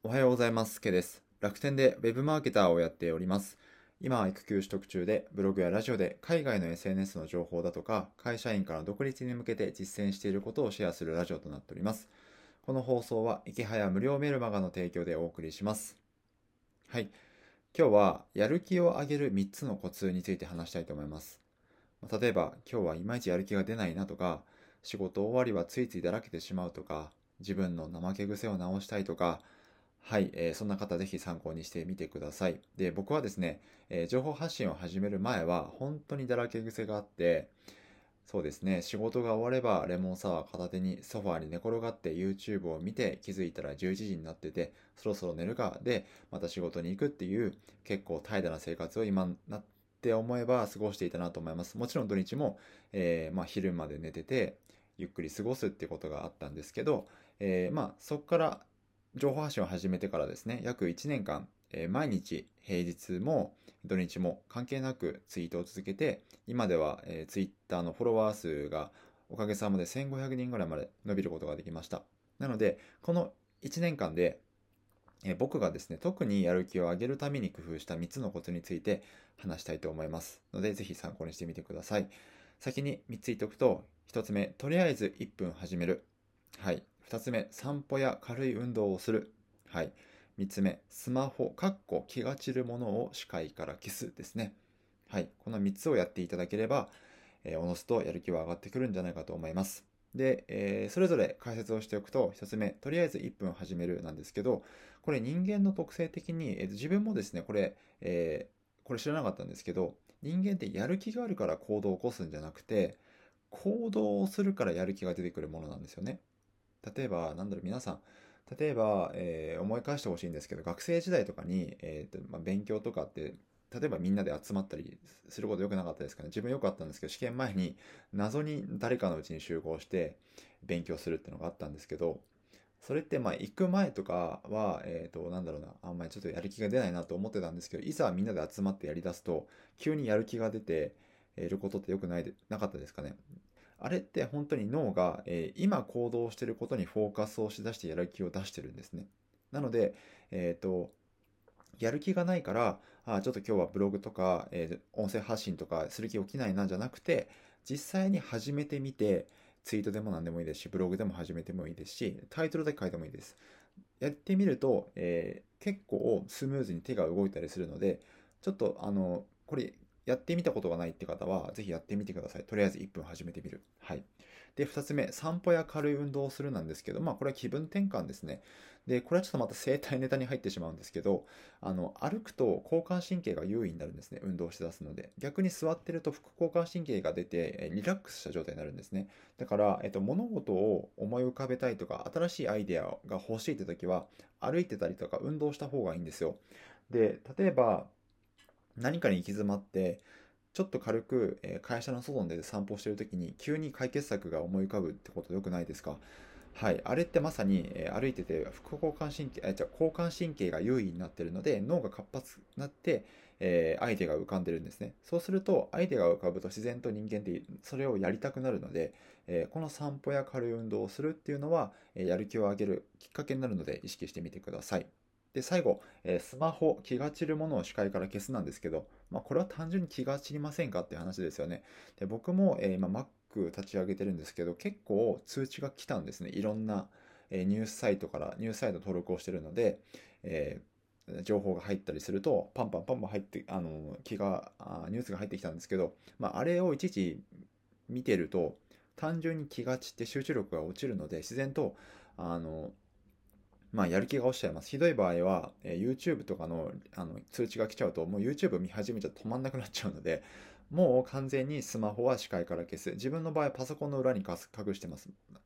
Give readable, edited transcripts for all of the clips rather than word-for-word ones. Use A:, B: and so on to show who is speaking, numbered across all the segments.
A: おはようございます。ケです。楽天でウェブマーケターをやっております。今は育休取得中で、ブログやラジオで海外の SNS の情報だとか、会社員から独立に向けて実践していることをシェアするラジオとなっております。この放送は、いきはや無料メルマガの提供でお送りします。はい。今日は、やる気を上げる3つのコツについて話したいと思います。例えば、今日はいまいちやる気が出ないなとか、仕事終わりはついついだらけてしまうとか、自分の怠け癖を直したいとか、はい、そんな方ぜひ参考にしてみてください。で、僕はですね、情報発信を始める前は本当にだらけ癖があって、そうですね、仕事が終わればレモンサワー片手にソファーに寝転がって YouTube を見て気づいたら11時になってて、そろそろ寝るかでまた仕事に行くっていう結構怠惰な生活を今になって思えば過ごしていたなと思います。もちろん土日も、昼まで寝ててゆっくり過ごすってことがあったんですけど、そこから情報発信を始めてからですね、約1年間、毎日平日も土日も関係なくツイートを続けて、今では、ツイッターのフォロワー数がおかげさまで1500人ぐらいまで伸びることができました。なので、この1年間で、僕がですね、特にやる気を上げるために工夫した3つのコツについて話したいと思いますので、ぜひ参考にしてみてください。先に3つ言っておくと、1つ目、とりあえず1分始める。はい。2つ目、散歩や軽い運動をする。はい。3つ目、スマホ、気が散るものを視界から消すですね。はい。この3つをやっていただければ、おのずとやる気は上がってくるんじゃないかと思います。で、それぞれ解説をしておくと、1つ目、とりあえず1分始めるなんですけど、これ人間の特性的に、自分もですね、これ知らなかったんですけど、人間ってやる気があるから行動を起こすんじゃなくて、行動をするからやる気が出てくるものなんですよね。例えば、皆さん、例えば、思い返してほしいんですけど、学生時代とかに、勉強とかって、例えばみんなで集まったりすること良くなかったですかね。自分良かったんですけど、試験前に謎に誰かのうちに集合して勉強するっていうのがあったんですけど、それって行く前とかは、あんまりちょっとやる気が出ないなと思ってたんですけど、いざみんなで集まってやり出すと、急にやる気が出ていることって良くなかったですかね。あれって本当に脳が、今行動していることにフォーカスをしだしてやる気を出してるんですね。なので、やる気がないから、ちょっと今日はブログとか、音声発信とかする気起きないなじゃなくて、実際に始めてみて、ツイートでも何でもいいですし、ブログでも始めてもいいですし、タイトルだけ書いてもいいです。やってみると、結構スムーズに手が動いたりするので、ちょっとこれやってみたことがないって方は、ぜひやってみてください。とりあえず1分始めてみる。はい。で、2つ目、散歩や軽い運動をするなんですけど、これは気分転換ですね。で、これはちょっとまた生体ネタに入ってしまうんですけど、歩くと交感神経が優位になるんですね。運動して出すので。逆に座ってると副交感神経が出て、リラックスした状態になるんですね。だから、物事を思い浮かべたいとか、新しいアイデアが欲しいって時は、歩いてたりとか運動した方がいいんですよ。で、例えば、何かに行き詰まって、ちょっと軽く会社の外で散歩してる時に急に解決策が思い浮かぶってことよくないですか？はい。あれってまさに歩いてて副交感神経、交感神経が優位になってるので脳が活発になって、アイデアが浮かんでるんですね。そうするとアイデアが浮かぶと自然と人間ってそれをやりたくなるので、この散歩や軽い運動をするっていうのは、やる気を上げるきっかけになるので意識してみてください。で、最後、スマホ、気が散るものを視界から消すなんですけど、これは単純に気が散りませんかっていう話ですよね。で、僕も、今 Mac 立ち上げてるんですけど、結構通知が来たんですね。いろんな、ニュースサイトからニュースサイト登録をしてるので、情報が入ったりすると、パンパンパンパン入って、ニュースが入ってきたんですけど、あれをいちいち見てると、単純に気が散って集中力が落ちるので、自然と、あの、やる気が落ちちゃいます。ひどい場合は、YouTube とかの、通知が来ちゃうと、もう YouTube 見始めちゃ止まんなくなっちゃうので、もう完全にスマホは視界から消す。自分の場合、パソコンの裏に隠してます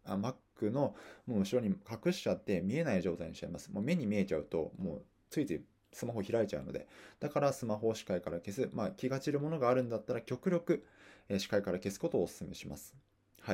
A: 。Mac のもう後ろに隠しちゃって見えない状態にしちゃいます。もう目に見えちゃうと、もうついついスマホ開いちゃうので。だからスマホを視界から消す。気が散るものがあるんだったら極力、視界から消すことをお勧めします。はい。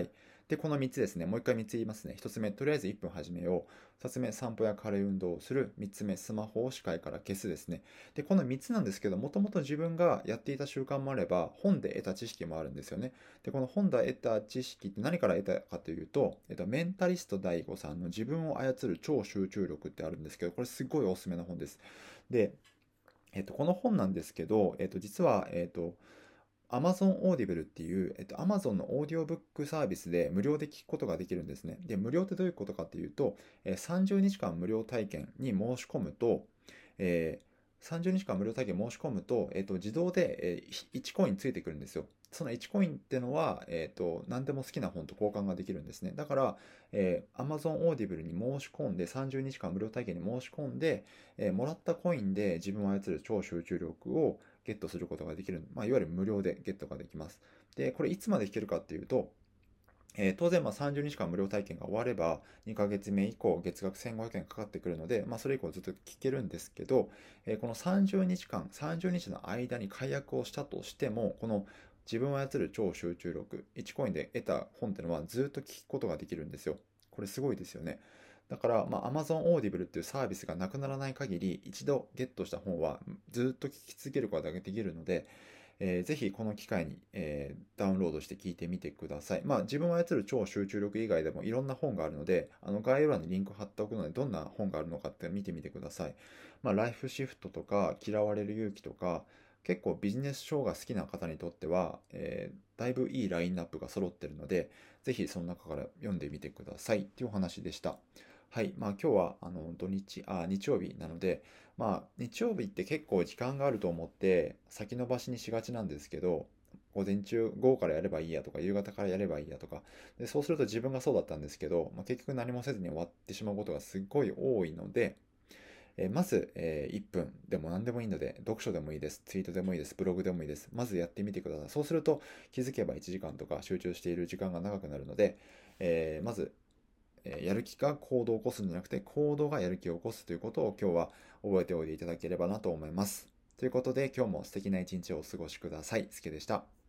A: で、この3つですね。もう一回3つ言いますね。1つ目、とりあえず1分始めよう。2つ目、散歩や軽い運動をする。3つ目、スマホを視界から消すですね。で、この3つなんですけど、もともと自分がやっていた習慣もあれば、本で得た知識もあるんですよね。で、この本で得た知識って何から得たかというと、メンタリスト DAIGO さんの自分を操る超集中力ってあるんですけど、これすごいおすすめの本です。で、この本なんですけど、実は、Amazon Audible っていう、Amazon のオーディオブックサービスで無料で聞くことができるんですね。で、無料ってどういうことかっていうと、30日間無料体験に申し込むと、30日間無料体験申し込むと、自動で、1コインついてくるんですよ。その1コインってのは、何でも好きな本と交換ができるんですね。だから、Amazon Audible に申し込んで、30日間無料体験に申し込んで、もらったコインで自分を操る超集中力をゲットすることができる。まあ、いわゆる無料でゲットができます。で、これいつまで弾けるかっていうと、当然30日間無料体験が終われば2ヶ月目以降月額1500円かかってくるので、それ以降ずっと聞けるんですけど、この30日間、30日の間に解約をしたとしても、この自分を操る超集中力、1コインで得た本っていうのはずっと聞くことができるんですよ。これすごいですよね。だから、Amazon Audible っていうサービスがなくならない限り、一度ゲットした本はずっと聞き続けることができるので、ぜひこの機会に、ダウンロードして聞いてみてください。自分を操る超集中力以外でもいろんな本があるので、概要欄にリンク貼っておくので、どんな本があるのかって見てみてください。ライフシフトとか、嫌われる勇気とか、結構ビジネス書が好きな方にとっては、だいぶいいラインナップが揃ってるので、ぜひその中から読んでみてくださいっていうお話でした。はい。今日は日曜日なので、日曜日って結構時間があると思って先延ばしにしがちなんですけど、午後からやればいいやとか、夕方からやればいいやとか、で、そうすると自分がそうだったんですけど、結局何もせずに終わってしまうことがすっごい多いので、まず、1分でも何でもいいので、読書でもいいです。ツイートでもいいです。ブログでもいいです。まずやってみてください。そうすると気づけば1時間とか集中している時間が長くなるので、まずやる気が行動を起こすんじゃなくて、行動がやる気を起こすということを今日は覚えておいていただければなと思います。ということで、今日も素敵な一日をお過ごしください。すけでした。